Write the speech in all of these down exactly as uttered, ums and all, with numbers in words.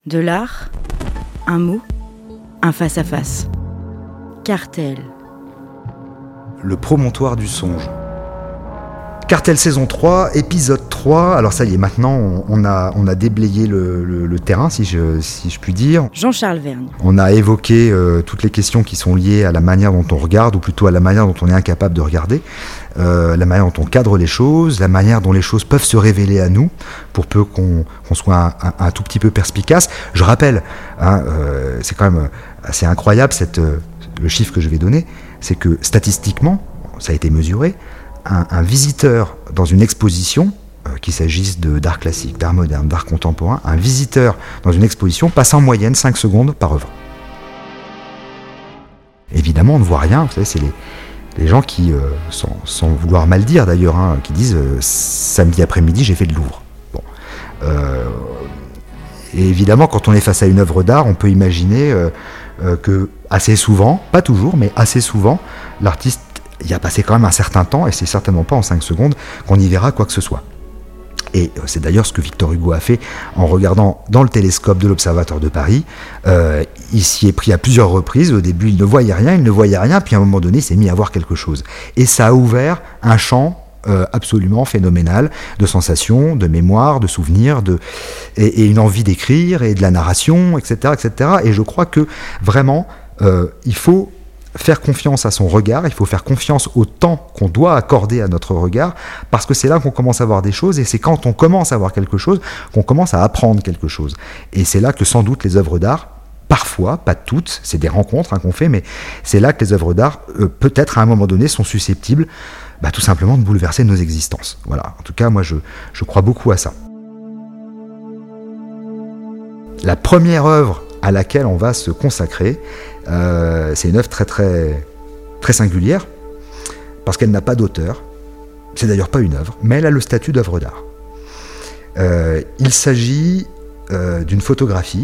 De l'art, un mot, un face-à-face. Cartel. Le promontoire du songe. Cartel saison trois, épisode trois. Alors ça y est, maintenant on, on, a, on a déblayé le, le, le terrain, si je, si je puis dire. Jean-Charles Vergne. On a évoqué euh, toutes les questions qui sont liées à la manière dont on regarde, ou plutôt à la manière dont on est incapable de regarder, euh, la manière dont on cadre les choses, la manière dont les choses peuvent se révéler à nous, pour peu qu'on, qu'on soit un, un, un tout petit peu perspicace. Je rappelle, hein, euh, c'est quand même assez incroyable, cette, euh, le chiffre que je vais donner, c'est que statistiquement, ça a été mesuré, Un, un visiteur dans une exposition, euh, qu'il s'agisse de, d'art classique, d'art moderne, d'art contemporain, un visiteur dans une exposition passe en moyenne cinq secondes par œuvre. Évidemment, on ne voit rien, vous savez, c'est les, les gens qui, euh, sans, sans vouloir mal dire d'ailleurs, hein, qui disent euh, samedi après-midi, j'ai fait le Louvre. Bon. Euh, et évidemment, quand on est face à une œuvre d'art, on peut imaginer euh, euh, que assez souvent, pas toujours, mais assez souvent, l'artiste il a passé quand même un certain temps, et c'est certainement pas en cinq secondes qu'on y verra quoi que ce soit. Et c'est d'ailleurs ce que Victor Hugo a fait en regardant dans le télescope de l'Observatoire de Paris. Euh, il s'y est pris à plusieurs reprises. Au début, il ne voyait rien, il ne voyait rien, puis à un moment donné, il s'est mis à voir quelque chose. Et ça a ouvert un champ euh, absolument phénoménal de sensations, de mémoire, de souvenirs, de, et, et une envie d'écrire, et de la narration, et cetera, et cetera. Et je crois que vraiment, euh, il faut faire confiance à son regard, il faut faire confiance au temps qu'on doit accorder à notre regard, parce que c'est là qu'on commence à voir des choses, et c'est quand on commence à voir quelque chose qu'on commence à apprendre quelque chose. Et c'est là que sans doute les œuvres d'art, parfois, pas toutes, c'est des rencontres hein, qu'on fait, mais c'est là que les œuvres d'art, euh, peut-être à un moment donné, sont susceptibles bah, tout simplement de bouleverser nos existences. Voilà. En tout cas, moi je, je crois beaucoup à ça. La première œuvre à laquelle on va se consacrer, euh, c'est une œuvre très très très singulière, parce qu'elle n'a pas d'auteur, c'est d'ailleurs pas une œuvre, mais elle a le statut d'œuvre d'art. Euh, il s'agit euh, d'une photographie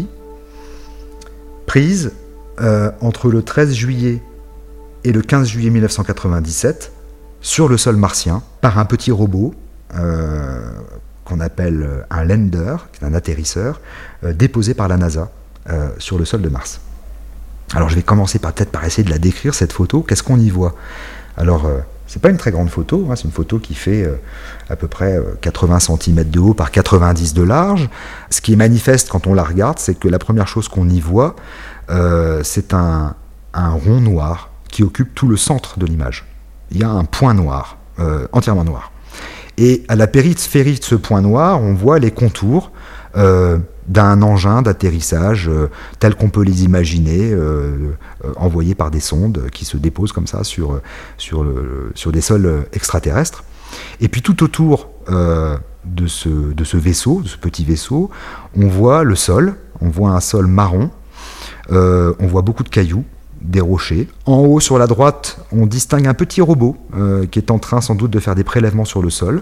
prise euh, entre le treize juillet et le quinze juillet mille neuf cent quatre-vingt-dix-sept sur le sol martien par un petit robot euh, qu'on appelle un lander, qui est un atterrisseur, euh, déposé par la NASA Euh, sur le sol de Mars. Alors je vais commencer par peut-être par essayer de la décrire, cette photo. Qu'est-ce qu'on y voit ? Alors euh, c'est pas une très grande photo, hein, c'est une photo qui fait euh, à peu près euh, quatre-vingts centimètres de haut par quatre-vingt-dix de large. Ce qui est manifeste quand on la regarde, c'est que la première chose qu'on y voit, euh, c'est un, un rond noir qui occupe tout le centre de l'image. Il y a un point noir, euh, entièrement noir. Et à la périphérie de ce point noir, on voit les contours euh, d'un engin d'atterrissage euh, tel qu'on peut les imaginer, euh, euh, envoyés par des sondes qui se déposent comme ça sur, sur, le, sur des sols extraterrestres. Et puis tout autour euh, de, ce, de ce vaisseau, de ce petit vaisseau, on voit le sol, on voit un sol marron, euh, on voit beaucoup de cailloux, des rochers. En haut, sur la droite, on distingue un petit robot euh, qui est en train sans doute de faire des prélèvements sur le sol.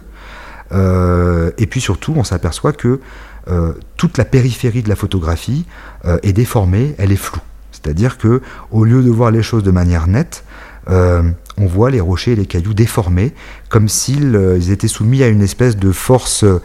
Euh, et puis surtout, on s'aperçoit que euh, toute la périphérie de la photographie euh, est déformée, elle est floue. C'est-à-dire que, au lieu de voir les choses de manière nette, euh, on voit les rochers et les cailloux déformés, comme s'ils euh, ils étaient soumis à une espèce de force euh,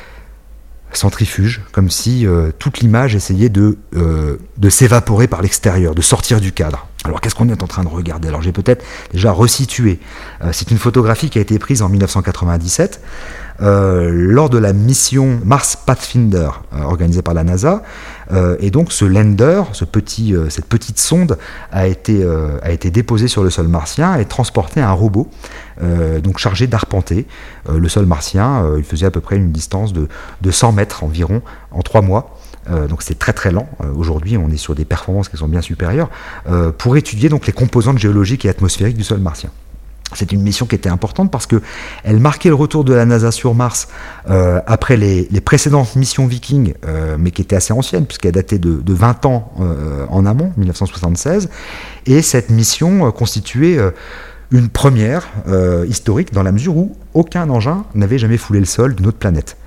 centrifuge, comme si euh, toute l'image essayait de, euh, de s'évaporer par l'extérieur, de sortir du cadre. Alors qu'est-ce qu'on est en train de regarder ? Alors j'ai peut-être déjà resitué. Euh, c'est une photographie qui a été prise en mille neuf cent quatre-vingt-dix-sept euh, lors de la mission Mars Pathfinder euh, organisée par la NASA. Euh, et donc ce lander, ce petit, euh, cette petite sonde a été, euh, a été déposée sur le sol martien et transportée à un robot euh, donc chargé d'arpenter euh, le sol martien. Euh, il faisait à peu près une distance de, de cent mètres environ en trois mois. Euh, donc c'est très très lent. Euh, aujourd'hui, on est sur des performances qui sont bien supérieures euh, pour étudier donc les composantes géologiques et atmosphériques du sol martien. C'est une mission qui était importante parce que elle marquait le retour de la NASA sur Mars euh, après les, les précédentes missions Viking, euh, mais qui étaient assez anciennes puisqu'elle datait de, de vingt ans euh, en amont, mille neuf cent soixante-seize. Et cette mission euh, constituait euh, une première euh, historique dans la mesure où aucun engin n'avait jamais foulé le sol d'une autre planète.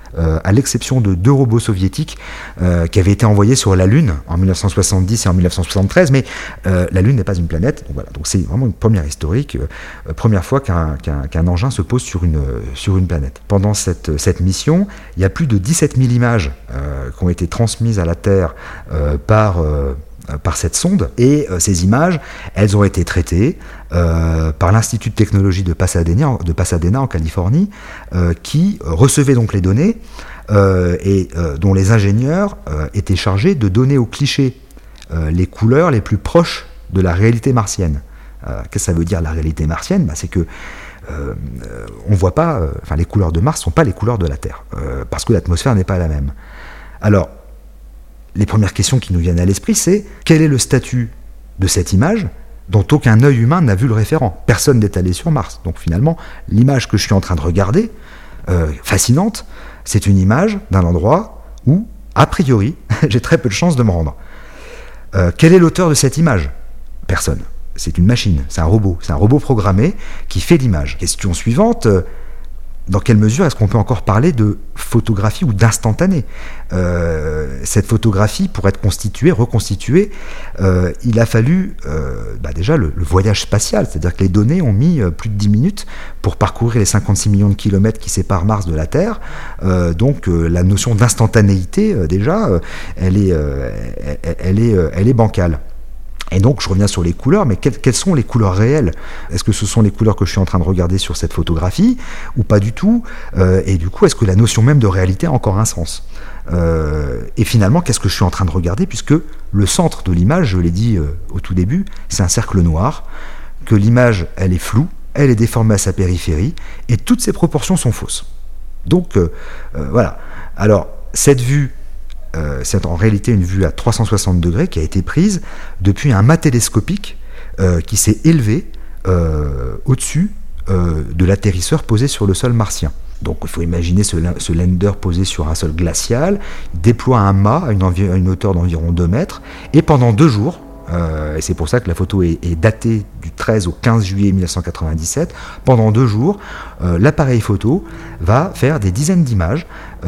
euh, à l'exception de deux robots soviétiques euh, qui avaient été envoyés sur la Lune en dix-neuf cent soixante-dix et en dix-neuf cent soixante-treize, mais euh, la Lune n'est pas une planète. Donc voilà, donc c'est vraiment une première historique, euh, première fois qu'un, qu'un, qu'un engin se pose sur une, sur une planète. Pendant cette, cette mission, il y a plus de dix-sept mille images euh, qui ont été transmises à la Terre euh, par... Euh, par cette sonde, et euh, ces images, elles ont été traitées euh, par l'Institut de technologie de Pasadena, de Pasadena en Californie, euh, qui recevait donc les données euh, et euh, dont les ingénieurs euh, étaient chargés de donner aux clichés euh, les couleurs les plus proches de la réalité martienne. Euh, qu'est-ce que ça veut dire la réalité martienne ? Bah, c'est que euh, on voit pas, euh, enfin les couleurs de Mars sont pas les couleurs de la Terre, euh, parce que l'atmosphère n'est pas la même. Alors les premières questions qui nous viennent à l'esprit, c'est quel est le statut de cette image dont aucun œil humain n'a vu le référent ? Personne n'est allé sur Mars. Donc finalement, l'image que je suis en train de regarder, euh, fascinante, c'est une image d'un endroit où, a priori, j'ai très peu de chances de me rendre. Euh, quel est l'auteur de cette image ? Personne. C'est une machine, c'est un robot. C'est un robot programmé qui fait l'image. Question suivante... Euh, dans quelle mesure est-ce qu'on peut encore parler de photographie ou d'instantané ? euh, Cette photographie, pour être constituée, reconstituée, euh, il a fallu euh, bah déjà le, le voyage spatial, c'est-à-dire que les données ont mis euh, plus de dix minutes pour parcourir les cinquante-six millions de kilomètres qui séparent Mars de la Terre. Euh, donc euh, la notion d'instantanéité, euh, déjà, euh, elle est, euh, elle, elle est, euh, elle est bancale. Et donc, je reviens sur les couleurs, mais quelles, quelles sont les couleurs réelles ? Est-ce que ce sont les couleurs que je suis en train de regarder sur cette photographie, ou pas du tout ? euh, Et du coup, est-ce que la notion même de réalité a encore un sens ? euh, Et finalement, qu'est-ce que je suis en train de regarder ? Puisque le centre de l'image, je l'ai dit euh, au tout début, c'est un cercle noir, que l'image, elle est floue, elle est déformée à sa périphérie, et toutes ses proportions sont fausses. Donc, euh, euh, voilà. Alors, cette vue... Euh, c'est en réalité une vue à trois cent soixante degrés qui a été prise depuis un mât télescopique euh, qui s'est élevé euh, au-dessus euh, de l'atterrisseur posé sur le sol martien. Donc il faut imaginer ce, ce lander posé sur un sol glacial, il déploie un mât à une, envi- à une hauteur d'environ deux mètres, et pendant deux jours, Euh, et c'est pour ça que la photo est, est datée du treize au quinze juillet mille neuf cent quatre-vingt-dix-sept. Pendant deux jours, euh, l'appareil photo va faire des dizaines d'images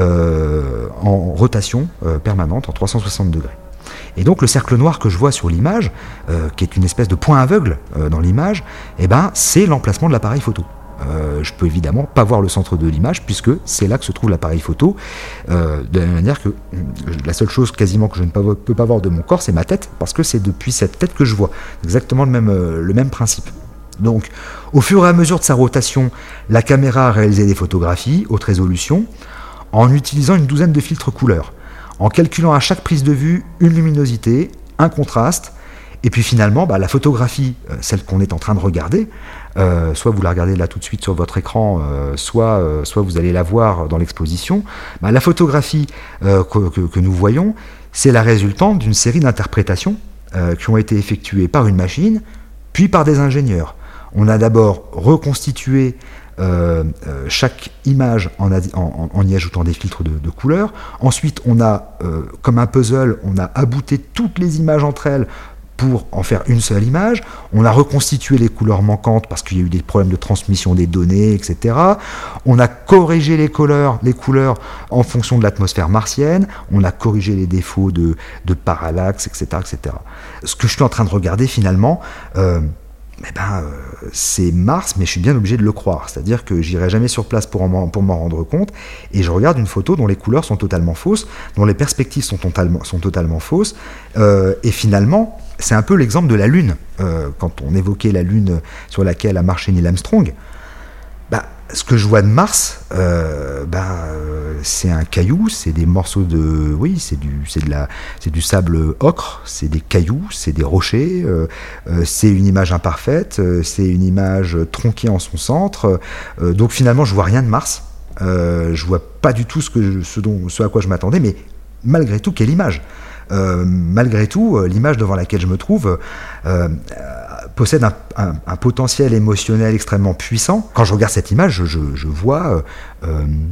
euh, en rotation euh, permanente, en trois cent soixante degrés. Et donc le cercle noir que je vois sur l'image, euh, qui est une espèce de point aveugle euh, dans l'image, eh ben, c'est l'emplacement de l'appareil photo. Euh, je peux évidemment pas voir le centre de l'image puisque c'est là que se trouve l'appareil photo, euh, de la même manière que la seule chose quasiment que je ne peux pas voir de mon corps, c'est ma tête, parce que c'est depuis cette tête que je vois. Exactement le même, euh, le même principe. Donc au fur et à mesure de sa rotation, la caméra a réalisé des photographies haute résolution en utilisant une douzaine de filtres couleurs, en calculant à chaque prise de vue une luminosité, un contraste. Et puis finalement, bah, la photographie, euh, celle qu'on est en train de regarder, euh, soit vous la regardez là tout de suite sur votre écran, euh, soit, euh, soit vous allez la voir dans l'exposition, bah, la photographie euh, que, que, que nous voyons, c'est la résultante d'une série d'interprétations euh, qui ont été effectuées par une machine, puis par des ingénieurs. On a d'abord reconstitué euh, euh, chaque image en, a, en, en y ajoutant des filtres de, de couleurs. Ensuite, on a, euh, comme un puzzle, on a abouté toutes les images entre elles pour en faire une seule image. On a reconstitué les couleurs manquantes parce qu'il y a eu des problèmes de transmission des données, et cetera. On a corrigé les couleurs, les couleurs en fonction de l'atmosphère martienne. On a corrigé les défauts de, de parallaxe, et cetera, et cetera. Ce que je suis en train de regarder finalement, euh, eh ben, euh, c'est Mars, mais je suis bien obligé de le croire. C'est-à-dire que j'irai jamais sur place pour, en, pour m'en rendre compte, et je regarde une photo dont les couleurs sont totalement fausses, dont les perspectives sont totalement, sont totalement fausses, euh, et finalement, c'est un peu l'exemple de la Lune. Euh, quand on évoquait la Lune sur laquelle a marché Neil Armstrong, bah, ce que je vois de Mars, euh, bah, euh, c'est un caillou, c'est des morceaux de, oui, c'est du, c'est de la, c'est du sable ocre, c'est des cailloux, c'est des rochers, euh, euh, c'est une image imparfaite, euh, c'est une image tronquée en son centre. Euh, donc finalement, je vois rien de Mars. Euh, je vois pas du tout ce que, je, ce dont, ce à quoi je m'attendais, mais malgré tout, quelle image. Euh, malgré tout, euh, l'image devant laquelle je me trouve euh, euh, possède un, un, un potentiel émotionnel extrêmement puissant. Quand je regarde cette image, je, je, je vois, euh,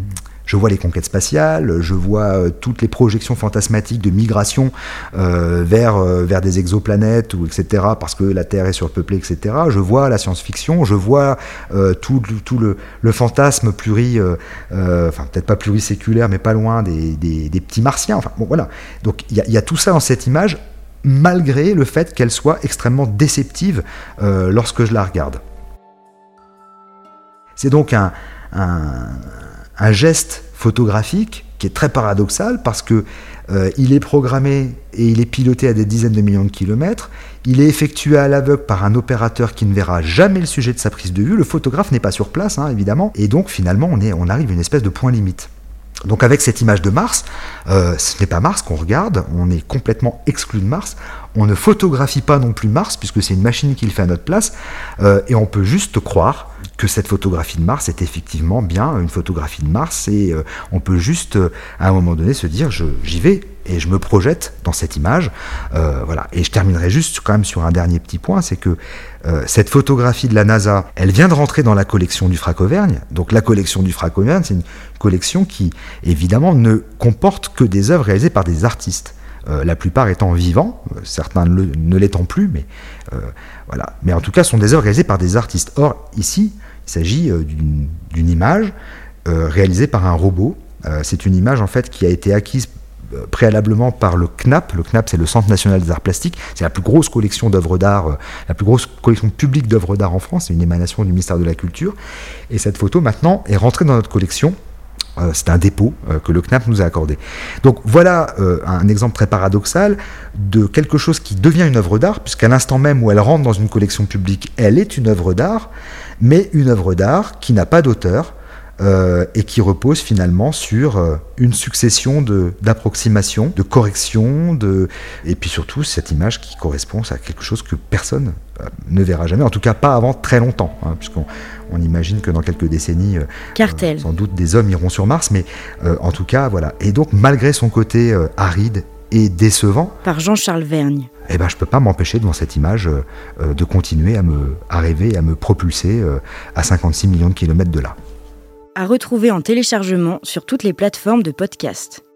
Je vois les conquêtes spatiales, je vois euh, toutes les projections fantasmatiques de migration euh, vers, euh, vers des exoplanètes, ou et cetera, parce que la Terre est surpeuplée, et cetera. Je vois la science-fiction, je vois euh, tout, tout le, le fantasme pluri... Euh, euh, enfin, peut-être pas pluriséculaire, mais pas loin des, des, des petits martiens. Enfin, bon, voilà. Donc, il y, y a tout ça dans cette image, malgré le fait qu'elle soit extrêmement déceptive euh, lorsque je la regarde. C'est donc un... un un geste photographique qui est très paradoxal parce que euh, il est programmé et il est piloté à des dizaines de millions de kilomètres, il est effectué à l'aveugle par un opérateur qui ne verra jamais le sujet de sa prise de vue, le photographe n'est pas sur place, hein, évidemment, et donc finalement on, est, on arrive à une espèce de point limite. Donc avec cette image de Mars, euh, ce n'est pas Mars qu'on regarde, on est complètement exclu de Mars, on ne photographie pas non plus Mars, puisque c'est une machine qui le fait à notre place, euh, et on peut juste croire que cette photographie de Mars est effectivement bien une photographie de Mars, et euh, on peut juste, euh, à un moment donné, se dire, je, j'y vais, et je me projette dans cette image. Euh, voilà. Et je terminerai juste quand même sur un dernier petit point, c'est que euh, cette photographie de la NASA, elle vient de rentrer dans la collection du Frac Auvergne. Donc la collection du Frac Auvergne, c'est une collection qui, évidemment, ne comporte que des œuvres réalisées par des artistes. Euh, la plupart étant vivants, euh, certains ne, ne l'étant plus, mais euh, voilà. Mais en tout cas, ce sont des œuvres réalisées par des artistes. Or, ici, il s'agit euh, d'une, d'une image euh, réalisée par un robot. Euh, c'est une image, en fait, qui a été acquise préalablement par le C N A P. Le C N A P, c'est le Centre National des Arts Plastiques. C'est la plus grosse collection d'œuvres d'art, euh, la plus grosse collection publique d'œuvres d'art en France. C'est une émanation du ministère de la Culture. Et cette photo, maintenant, est rentrée dans notre collection. Euh, c'est un dépôt euh, que le C N A P nous a accordé. Donc voilà euh, un exemple très paradoxal de quelque chose qui devient une œuvre d'art, puisqu'à l'instant même où elle rentre dans une collection publique, elle est une œuvre d'art, mais une œuvre d'art qui n'a pas d'auteur, Euh, et qui repose finalement sur euh, une succession de, d'approximations, de corrections, de... et puis surtout cette image qui correspond à quelque chose que personne euh, ne verra jamais, en tout cas pas avant très longtemps, hein, puisqu'on on imagine que dans quelques décennies, euh, euh, sans doute des hommes iront sur Mars, mais euh, en tout cas, voilà. Et donc malgré son côté euh, aride et décevant, par Jean-Charles Vergne, eh ben, je ne peux pas m'empêcher devant cette image euh, de continuer à, me, à rêver, à me propulser euh, à cinquante-six millions de kilomètres de là. À retrouver en téléchargement sur toutes les plateformes de podcast.